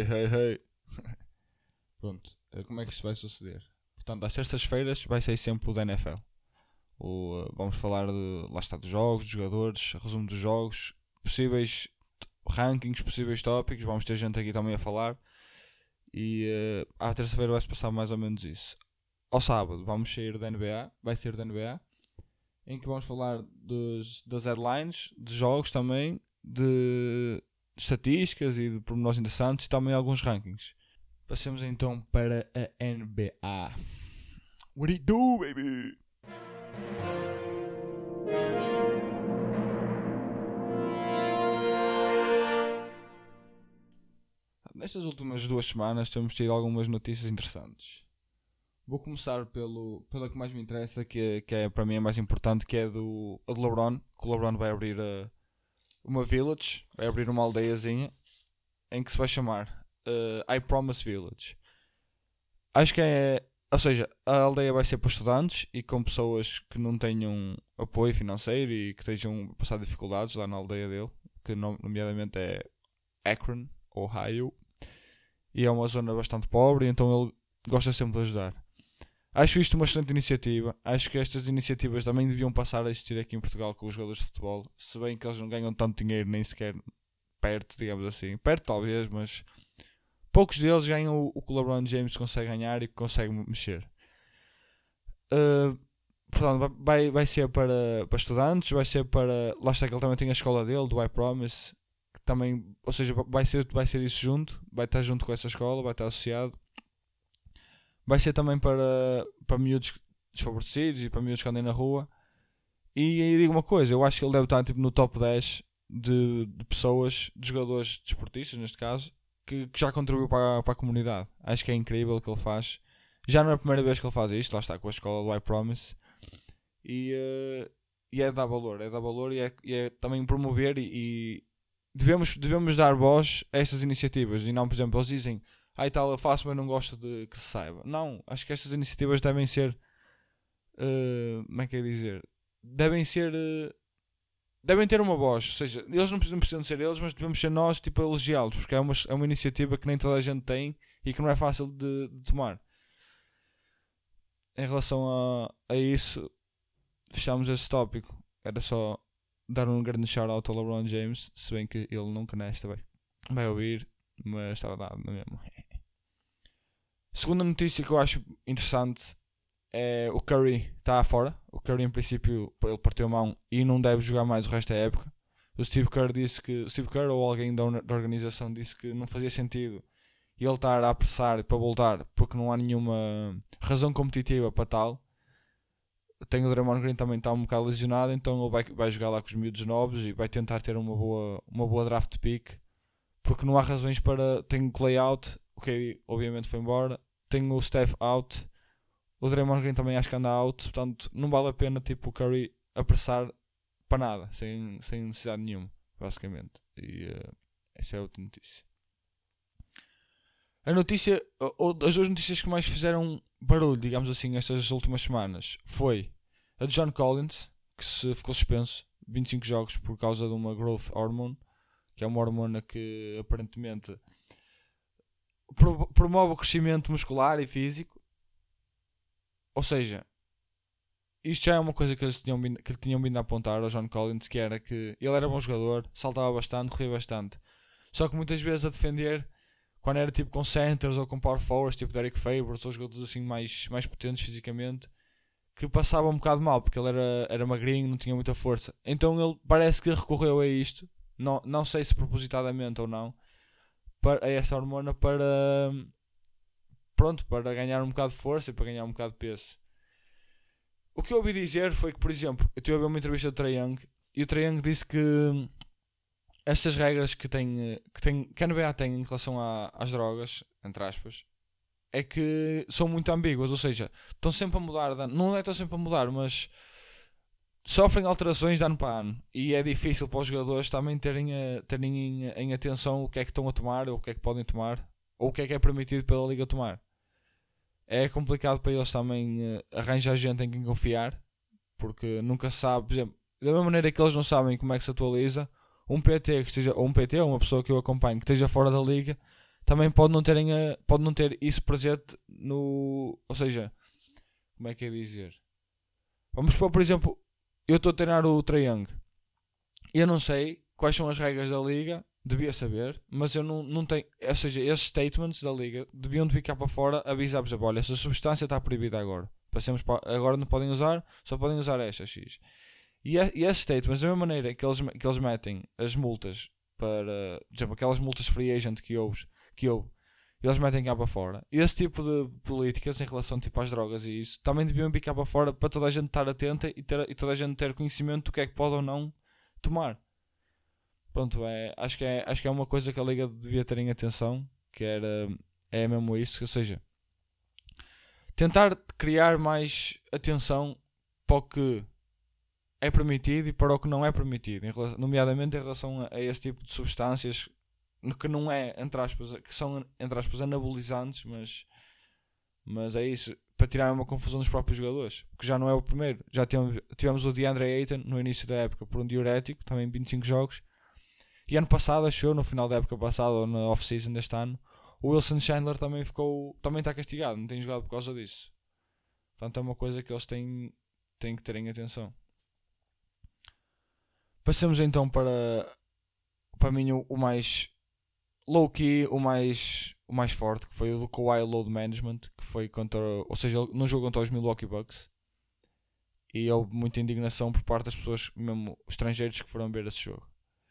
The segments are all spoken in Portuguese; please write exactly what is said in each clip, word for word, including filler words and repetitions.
Hey, hey, hey. Pronto, como é que isto vai suceder? Portanto, às terças-feiras vai ser sempre o da N F L. O, uh, vamos falar de, lá está, dos jogos, dos jogadores, resumo dos jogos, possíveis rankings, possíveis tópicos. Vamos ter gente aqui também a falar. E uh, à terça-feira vai-se passar mais ou menos isso. Ao sábado vamos sair da N B A, vai ser da N B A, em que vamos falar dos, das headlines, de jogos também, de estatísticas e de pormenores interessantes e também alguns rankings. Passemos então para a N B A. What do you do, baby? Nestas últimas duas semanas temos tido algumas notícias interessantes. Vou começar pelo, pela que mais me interessa, que é, que é para mim a mais importante, que é do a de LeBron. Que o LeBron vai abrir a, uma village, vai abrir uma aldeiazinha em que se vai chamar uh, I Promise Village. Acho que é, ou seja, a aldeia vai ser para estudantes e com pessoas que não tenham apoio financeiro e que estejam a passar dificuldades lá na aldeia dele, que nomeadamente é Akron, Ohio, e é uma zona bastante pobre, então ele gosta sempre de ajudar. Acho isto uma excelente iniciativa. Acho que estas iniciativas também deviam passar a existir aqui em Portugal com os jogadores de futebol, se bem que eles não ganham tanto dinheiro, nem sequer perto, digamos assim. Perto talvez, mas poucos deles ganham o que o LeBron James consegue ganhar e que consegue mexer. Uh, portanto, vai, vai ser para, para estudantes, vai ser para... Lá está que ele também tem a escola dele, do I Promise, que também, ou seja, vai ser, vai ser isso junto, vai estar junto com essa escola, vai estar associado. Vai ser também para, para miúdos desfavorecidos e para miúdos que andem na rua. E aí digo uma coisa, eu acho que ele deve estar tipo, no top dez de, de pessoas, de jogadores desportistas neste caso, que, que já contribuiu para, para a comunidade. Acho que é incrível o que ele faz. Já não é a primeira vez que ele faz isto, lá está com a escola do I Promise. E, uh, e é dar valor, é dar valor e é, e é também promover e, e devemos, devemos dar voz a essas iniciativas. E não, por exemplo, eles dizem... Ah, e tal, eu faço, mas não gosto de que se saiba. Não, acho que estas iniciativas devem ser... Uh, como é que é dizer? Devem ser... Uh, devem ter uma voz. Ou seja, eles não precisam, precisam ser eles, mas devemos ser nós, tipo, a elogiá-los. Porque é uma, é uma iniciativa que nem toda a gente tem e que não é fácil de, de tomar. Em relação a, a isso, fechamos esse tópico. Era só dar um grande shout-out ao LeBron James, se bem que ele nunca nesta vai, vai ouvir, mas estava dado mesmo. Segunda notícia que eu acho interessante é o Curry está fora. O Curry em princípio ele partiu a mão e não deve jogar mais o resto da época. O Steve Kerr disse que o Steve Kerr ou alguém da, da organização disse que não fazia sentido ele estar a apressar para voltar porque não há nenhuma razão competitiva para tal. Tem o Draymond Green também está um bocado lesionado, então ele vai, vai jogar lá com os miúdos novos e vai tentar ter uma boa, uma boa draft pick porque não há razões para... Tem o Clay out, o que obviamente foi embora, tem o Steph out, o Draymond Green também acho que anda out, portanto não vale a pena tipo o Curry apressar para nada, sem, sem necessidade nenhuma, basicamente. E uh, essa é a outra notícia. A notícia, ou as duas notícias que mais fizeram barulho, digamos assim, estas últimas semanas, foi a de John Collins, que se ficou suspenso vinte e cinco jogos por causa de uma growth hormone, que é uma hormona que aparentemente promove o crescimento muscular e físico. Ou seja, isto já é uma coisa que eles tinham vindo, que tinham vindo a apontar ao John Collins, que era que ele era bom jogador, saltava bastante, corria bastante, só que muitas vezes a defender, quando era tipo com centers ou com power forwards, tipo Derek Favors ou jogadores assim mais, mais potentes fisicamente, que passava um bocado mal, porque ele era, era magrinho, não tinha muita força. Então ele parece que recorreu a isto, não, não sei se propositadamente ou não, para, a esta hormona para... Pronto, para ganhar um bocado de força e para ganhar um bocado de peso. O que eu ouvi dizer foi que, por exemplo, eu estive a ver uma entrevista do Trae Young e o Trae Young disse que estas regras que, tem, que, tem, que a N B A tem em relação a, às drogas, entre aspas, é que são muito ambíguas, ou seja, estão sempre a mudar, não é que estão sempre a mudar, mas sofrem alterações de ano para ano e é difícil para os jogadores também terem, a, terem em, em atenção o que é que estão a tomar ou o que é que podem tomar ou o que é que é permitido pela liga tomar. É complicado para eles também uh, arranjar gente em quem confiar, porque nunca se sabe, por exemplo, da mesma maneira que eles não sabem como é que se atualiza, um P T que esteja, ou um P T ou uma pessoa que eu acompanho que esteja fora da liga também pode não, terem a, pode não ter isso presente no... Ou seja, como é que é dizer? Vamos supor, por exemplo, eu estou a treinar o Trae Young. Eu não sei quais são as regras da liga, devia saber, mas eu não, não tenho... Ou seja, esses statements da liga deviam de ficar para fora, avisar-vos, olha, essa substância está proibida agora. Passemos para, agora não podem usar, só podem usar esta X. E, e esses statements, da mesma maneira que eles, que eles metem as multas para, por exemplo, aquelas multas free agent que houve, que houve, eles metem cá para fora. Esse tipo de políticas em relação tipo, às drogas e isso, também deviam vir cá para fora para toda a gente estar atenta e, ter, e toda a gente ter conhecimento do que é que pode ou não tomar. Pronto, é, acho, que é, acho que é uma coisa que a Liga devia ter em atenção, que era, é mesmo isso, ou seja, tentar criar mais atenção para o que é permitido e para o que não é permitido, em relação, nomeadamente em relação a, a esse tipo de substâncias que não é, entre aspas, que são, entre aspas, anabolizantes, mas, mas é isso, para tirar uma confusão dos próprios jogadores, porque já não é o primeiro. Já tivemos, tivemos o DeAndre Ayton no início da época por um diurético, também vinte e cinco jogos, e ano passado, achou, no final da época passada ou na off-season deste ano, o Wilson Chandler também ficou, também está castigado, não tem jogado por causa disso. Portanto é uma coisa que eles têm, têm que ter em atenção. Passemos então para, para mim, o, o mais low-key, o mais, o mais forte, que foi o do Kawhi Load Management, que foi contra, ou seja, ele não jogou contra os Milwaukee Bucks, e houve muita indignação por parte das pessoas, mesmo estrangeiros, que foram ver esse jogo.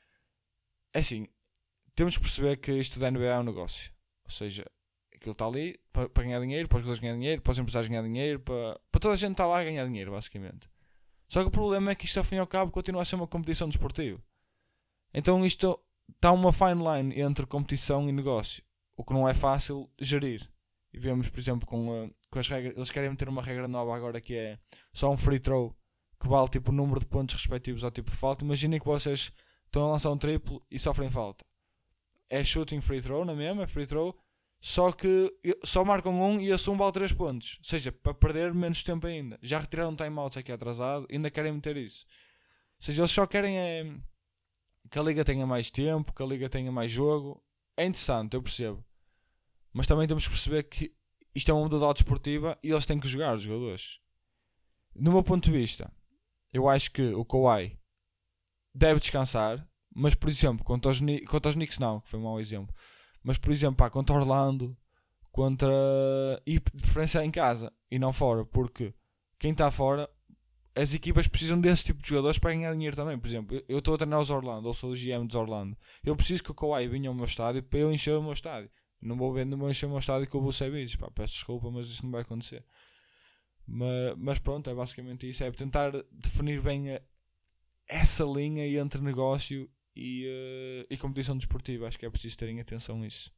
É assim, temos que perceber que isto da N B A é um negócio, ou seja, aquilo está ali para, para ganhar dinheiro, para os jogadores ganhar dinheiro, para os empresários ganhar dinheiro, para, para toda a gente está lá a ganhar dinheiro, basicamente. Só que o problema é que isto, ao fim e ao cabo, continua a ser uma competição desportiva. Então isto está uma fine line entre competição e negócio, o que não é fácil gerir. E vemos, por exemplo, com, uh, com as regras, eles querem meter uma regra nova agora que é só um free throw que vale tipo o número de pontos respectivos ao tipo de falta. Imaginem que vocês estão a lançar um triplo e sofrem falta. É shooting free throw, não é mesmo? É free throw, só que só marcam um e esse um vale três pontos. Ou seja, para perder menos tempo ainda. Já retiraram timeouts aqui atrasado, ainda querem meter isso. Ou seja, eles só querem é que a liga tenha mais tempo, que a liga tenha mais jogo. É interessante, eu percebo. Mas também temos que perceber que isto é uma modalidade desportiva e eles têm que jogar, os jogadores. No meu ponto de vista, eu acho que o Kawhi deve descansar, mas por exemplo, contra os, contra os Knicks não, que foi um mau exemplo. Mas por exemplo, pá, contra Orlando, contra... e de preferência em casa e não fora, porque quem está fora, as equipas precisam desse tipo de jogadores para ganhar dinheiro também. Por exemplo, eu estou a treinar os Orlando, ou sou o G M dos Orlando, eu preciso que o Kawhi venha ao meu estádio para eu encher o meu estádio. Não vou, ver, não vou encher o meu estádio com o Vucevic, pá, peço desculpa, mas isso não vai acontecer. Mas, mas pronto, é basicamente isso, é tentar definir bem a, essa linha entre negócio e, uh, e competição desportiva. Acho que é preciso terem atenção a isso.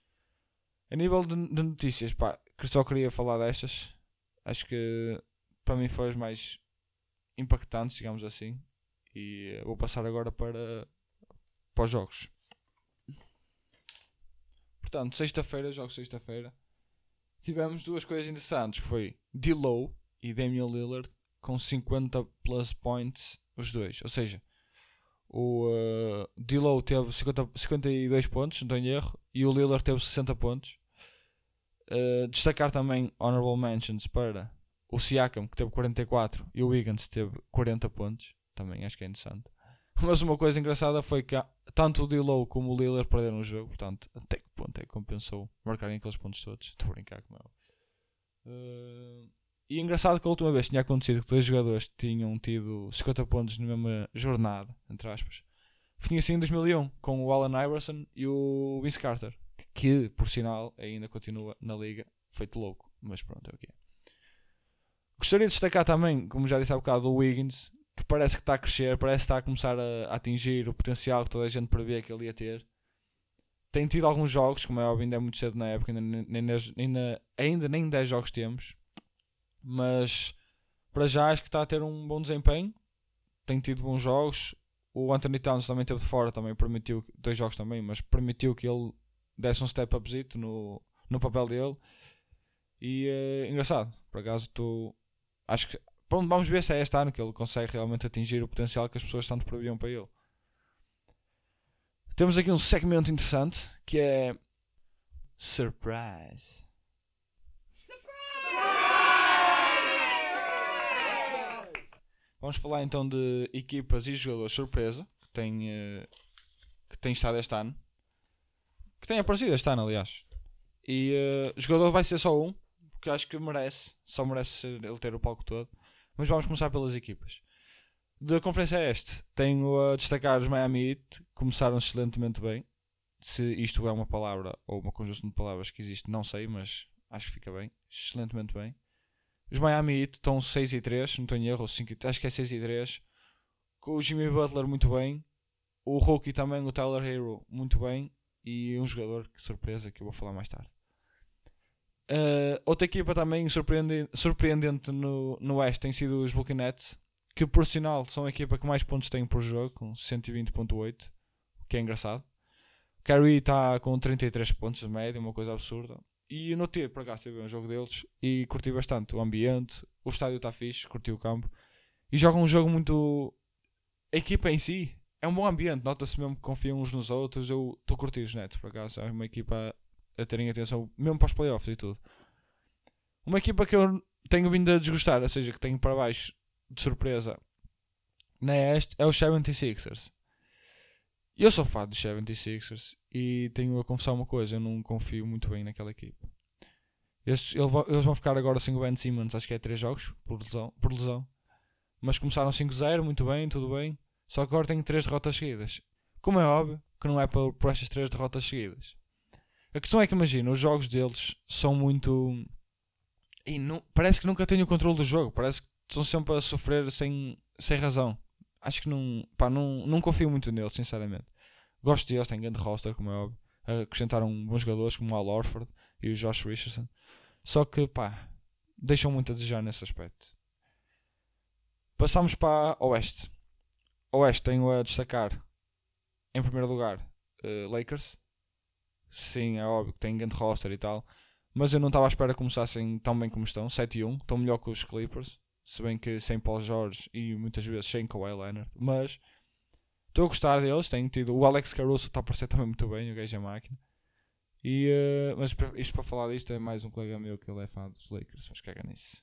A nível de, de notícias, pá, que só queria falar destas. Acho que para mim foram as mais impactantes, digamos assim. E uh, vou passar agora para, para os jogos. Portanto, sexta-feira, jogo sexta-feira, tivemos duas coisas interessantes, que foi D-Low e Damian Lillard com cinquenta plus points, os dois. Ou seja, o uh, D-Low teve cinquenta, cinquenta e dois pontos, não tenho erro, e o Lillard teve sessenta pontos. Uh, destacar também honorable mentions para o Siakam, que teve quarenta e quatro, e o Wiggins teve quarenta pontos. Também acho que é interessante. Mas uma coisa engraçada foi que tanto o D-Low como o Lillard perderam o jogo. Portanto, até que ponto é que compensou marcarem aqueles pontos todos? Estou a brincar com ele. Uh, e engraçado que a última vez tinha acontecido que dois jogadores tinham tido cinquenta pontos na mesma jornada, entre aspas. Tinha sido em dois mil e um, com o Allen Iverson e o Vince Carter, que, por sinal, ainda continua na liga, feito louco. Mas pronto, é o que é. Gostaria de destacar também, como já disse há bocado, o Wiggins, que parece que está a crescer, parece que está a começar a, a atingir o potencial que toda a gente previa que ele ia ter. Tem tido alguns jogos, como é óbvio, ainda é muito cedo na época, ainda nem, ainda, ainda nem dez jogos temos, mas para já acho que está a ter um bom desempenho, tem tido bons jogos. O Anthony Towns também esteve de fora, também permitiu, dois jogos também, mas permitiu que ele desse um step upzito no, no papel dele. E é engraçado, por acaso estou, acho que pronto, vamos ver se é este ano que ele consegue realmente atingir o potencial que as pessoas tanto previam para ele. Temos aqui um segmento interessante, que é Surprise. Vamos falar então de equipas e jogadores surpresa que têm, uh, que têm estado este ano. Que têm aparecido este ano, aliás. E uh, o jogador vai ser só um, porque acho que merece. Só merece ser, ele ter o palco todo. Mas vamos começar pelas equipas. Da Conferência Este, tenho a destacar os Miami Heat. Começaram excelentemente bem. Se isto é uma palavra ou uma conjunção de palavras que existe, não sei, mas acho que fica bem. Excelentemente bem. Os Miami Heat estão seis e três, não tenho erro, ou cinco, acho que é seis e três. Com o Jimmy Butler muito bem. O rookie também, o Tyler Hero, muito bem. E um jogador, que surpresa, que eu vou falar mais tarde. Uh, outra equipa também surpreendente, surpreendente no, no Oeste tem sido os Brooklyn Nets, que por sinal são a equipa que mais pontos tem por jogo, com cento e vinte vírgula oito, o que é engraçado. O Kyrie está com trinta e três pontos de média, uma coisa absurda. E eu notei, por acaso, teve um jogo deles e curti bastante o ambiente, o estádio está fixe, curti o campo. E jogam um jogo muito... A equipa em si é um bom ambiente, nota-se mesmo que confiam uns nos outros. Eu estou a curtir os Nets, por acaso, é uma equipa a terem atenção, mesmo para os playoffs e tudo. Uma equipa que eu tenho vindo a desgostar, ou seja, que tenho para baixo de surpresa na Este, é os setenta e seis ers. Eu sou fã dos setenta e seis ers e tenho a confessar uma coisa, eu não confio muito bem naquela equipa. Eles, eles vão ficar agora sem o Ben Simmons, acho que é três jogos por lesão, por lesão. Mas começaram cinco a zero, muito bem, tudo bem. Só que agora têm três derrotas seguidas. Como é óbvio que não é por, por estas três derrotas seguidas. A questão é que imagina, os jogos deles são muito... E não, parece que nunca têm o controle do jogo. Parece que estão sempre a sofrer sem, sem razão. Acho que não, pá, não, não confio muito neles, sinceramente. Gosto deles, têm grande roster, como é óbvio. Acrescentaram bons jogadores como o Al Horford e o Josh Richardson. Só que, pá, deixam muito a desejar nesse aspecto. Passamos para o Oeste. O Oeste tenho a destacar, em primeiro lugar, uh, Lakers. Sim, é óbvio que tem grande roster e tal. Mas eu não estava à espera que começassem tão bem como estão. sete e um, estão melhor que os Clippers. Se bem que sem Paul George e muitas vezes sem Kawhi Leonard. Mas estou a gostar deles. Tenho tido... O Alex Caruso está a parecer também muito bem. O gajo é máquina. E, uh, mas isto para falar disto é mais um colega meu que ele é fã dos Lakers. Mas caga nisso.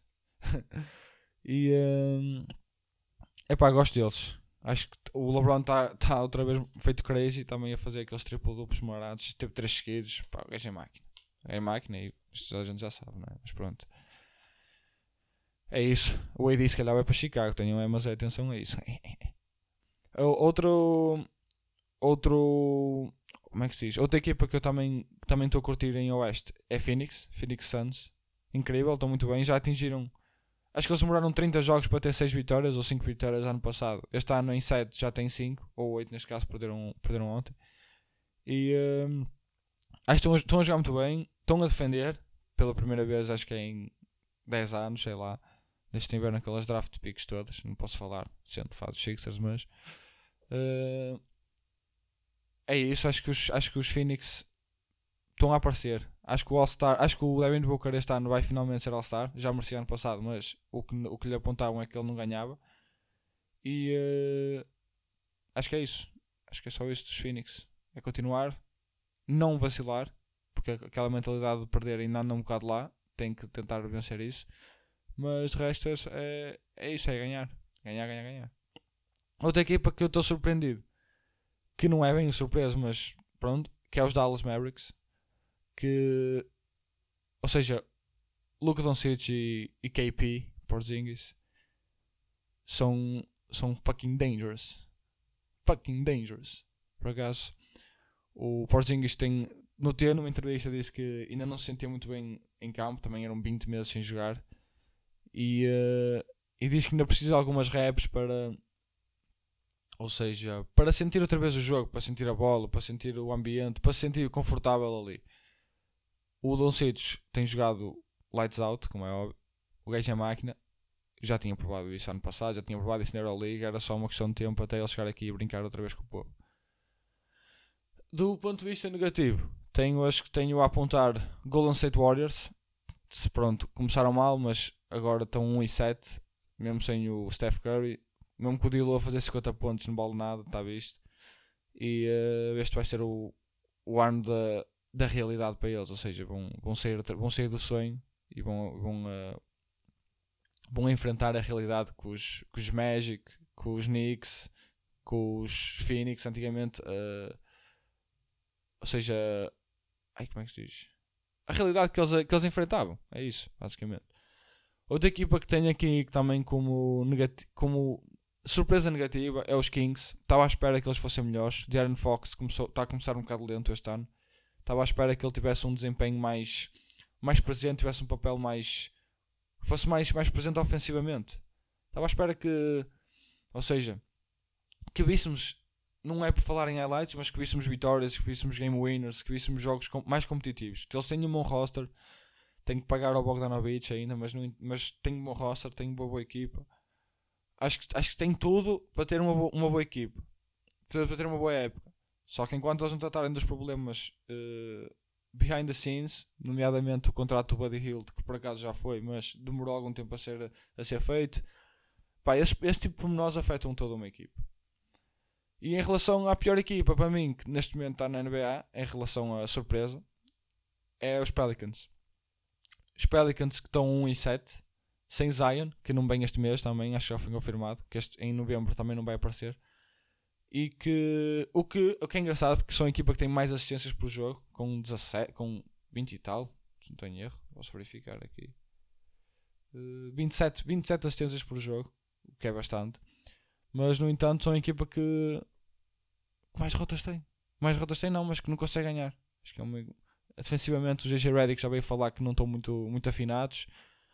E... Uh, epá, gosto deles. Acho que o LeBron está tá outra vez feito crazy. Também a fazer aqueles triplo-duplos marados. Teve três seguidos. Pá, o gajo é máquina. É máquina e isto a gente já sabe, não é? Mas pronto. É isso. O A D se calhar vai para Chicago. Tenham é, mas é atenção a isso. Outro... Outro... Como é que se diz? Outra equipa que eu também também estou a curtir em Oeste é Phoenix. Phoenix Suns. Incrível, estão muito bem. Já atingiram... Acho que eles demoraram trinta jogos para ter seis vitórias ou cinco vitórias ano passado. Este ano em sete já tem cinco, ou oito neste caso, perderam, perderam ontem. E um, acho que estão a, estão a jogar muito bem, estão a defender pela primeira vez, acho que é em dez anos, sei lá. Desde que tiveram aquelas draft picks todas, não posso falar, sendo fã dos Sixers, mas uh, é isso. Acho que os, acho que os Phoenix estão a aparecer. Acho que o All-Star, acho que o Devin Booker este ano vai finalmente ser All-Star. Já merecia ano passado, mas o que, o que lhe apontavam é que ele não ganhava. E uh, acho que é isso. Acho que é só isso dos Phoenix. É continuar, não vacilar, porque aquela mentalidade de perder ainda anda um bocado lá. Tem que tentar vencer isso. Mas de resto é, é isso, é ganhar. Ganhar, ganhar, ganhar. Outra equipa que eu estou surpreendido, que não é bem surpresa, mas pronto, que é os Dallas Mavericks. Que, ou seja, Luka Doncic e, e K P Porzingis são, são fucking dangerous. Fucking dangerous. Por acaso, o Porzingis tem, notei numa entrevista, disse que ainda não se sentia muito bem em campo, também eram vinte meses sem jogar. E, uh, e diz que ainda precisa de algumas reps para, ou seja, para sentir outra vez o jogo, para sentir a bola, para sentir o ambiente, para se sentir confortável ali. O Doncic tem jogado lights out, como é óbvio. O gajo é máquina. Já tinha provado isso ano passado, já tinha provado isso na Euroleague. Era só uma questão de tempo até ele chegar aqui e brincar outra vez com o povo. Do ponto de vista negativo, tenho, acho que tenho a apontar Golden State Warriors. Pronto, começaram mal, mas agora estão um e sete. Mesmo sem o Steph Curry. Mesmo com o Dilo a fazer cinquenta pontos, não vale nada, está visto. E uh, este vai ser o, o ano da... da realidade para eles, ou seja, vão, vão, sair, vão sair do sonho e vão, vão, uh, vão enfrentar a realidade com os, com os Magic, com os Knicks, com os Phoenix antigamente, uh, ou seja, ai, como é que se diz? A realidade que eles, que eles enfrentavam, é isso, basicamente. Outra equipa que tenho aqui também como, negati- como surpresa negativa é os Kings. Estava à espera que eles fossem melhores. De'Aaron Fox começou, está a começar um bocado lento este ano. Estava à espera que ele tivesse um desempenho mais, mais presente, tivesse um papel mais, fosse mais, mais presente ofensivamente. Estava à espera que, ou seja, que víssemos, não é por falar em highlights, mas que víssemos vitórias, que víssemos game winners, que víssemos jogos com, mais competitivos. Eles têm um bom roster. Tenho que pagar ao Bogdanovic ainda, mas, não, mas tenho um bom roster, tenho uma boa equipa. Acho que, acho que tem tudo para ter uma boa, uma boa equipa, para ter uma boa época. Só que enquanto eles não tratarem dos problemas uh, behind the scenes, nomeadamente o contrato do Buddy Hield, que por acaso já foi, mas demorou algum tempo a ser, a ser feito, pá, esse, esse tipo de pormenores afetam toda uma equipa. E em relação à pior equipa, para mim, que neste momento está na N B A, em relação à surpresa, é os Pelicans. Os Pelicans que estão um e sete, sem Zion, que não vem este mês também, acho que já foi confirmado, que este, em novembro também não vai aparecer. E que o, que o que é engraçado, porque são a equipa que tem mais assistências por jogo, com, dezassete, com vinte e tal, se não tenho erro, posso verificar aqui. Uh, vinte e sete, vinte e sete assistências por jogo, o que é bastante. Mas no entanto são a equipa que mais rotas tem. Mais rotas tem não, mas que não consegue ganhar. Acho que é uma... Defensivamente o J J Redick já veio falar que não estão muito, muito afinados,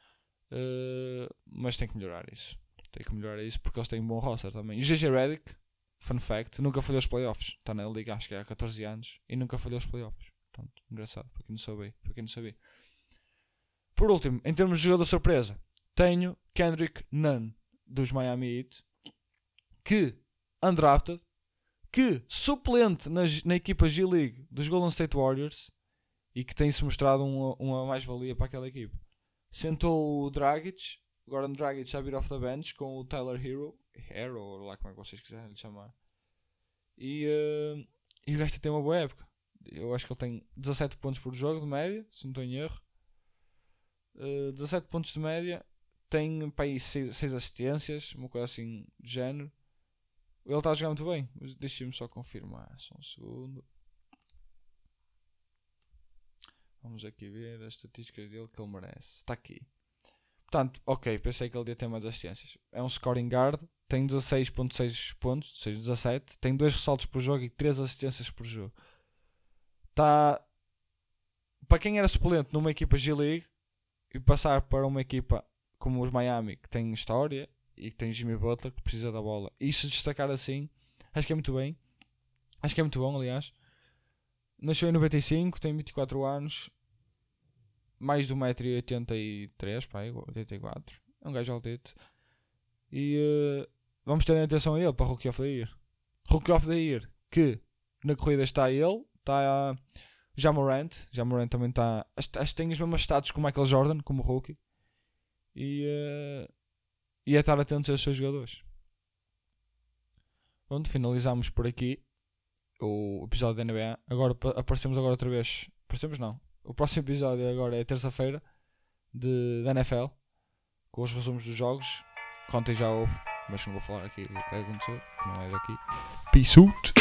uh, mas tem que melhorar isso. Tem que melhorar isso porque eles têm um bom roster também. E o J J Redick, fun fact, nunca falhou os playoffs. Está na liga acho que é há catorze anos e nunca falhou os playoffs. Portanto, engraçado, para quem não sabia. Para quem não sabia. Por último, em termos de jogador surpresa, tenho Kendrick Nunn dos Miami Heat, que undrafted, que suplente na, na equipa G-League dos Golden State Warriors, e que tem-se mostrado uma, uma mais-valia para aquela equipa. Sentou o Dragic, agora o Dragic já vir off the bench com o Tyler Hero, Hero, ou lá como é que vocês quiserem lhe chamar. E, uh, e o gajo tem uma boa época. Eu acho que ele tem dezassete pontos por jogo de média, se não estou em erro. Uh, dezassete pontos de média, tem para aí seis assistências, uma coisa assim de género. Ele está a jogar muito bem, mas deixem-me só confirmar, só um segundo. Vamos aqui ver as estatísticas dele que ele merece. Está aqui. Portanto, ok, pensei que ele ia ter mais assistências. É um scoring guard, tem dezasseis vírgula seis pontos, ou seja, dezassete. Tem dois ressaltos por jogo e três assistências por jogo. Está... Para quem era suplente numa equipa G-League e passar para uma equipa como os Miami, que tem história e que tem Jimmy Butler, que precisa da bola, e se destacar assim, acho que é muito bem. Acho que é muito bom, aliás. Nasceu em noventa e cinco, tem vinte e quatro anos, mais de um metro e oitenta e três, pá, oitenta e quatro. É um gajo altito. E uh, vamos ter atenção a ele para Rookie of the Year. Rookie of the Year, que na corrida está ele, está uh, Ja Morant. Ja Morant também está. Acho que tem os mesmos status que o Michael Jordan, como rookie. E, uh, e é estar atentos aos seus jogadores. Pronto, finalizamos por aqui o episódio da N B A. Agora aparecemos agora outra vez. Aparecemos não. O próximo episódio agora é terça-feira de, da N F L, com os resumos dos jogos. Ontem já houve, mas não vou falar aqui do que aconteceu, não é daqui. Peace out!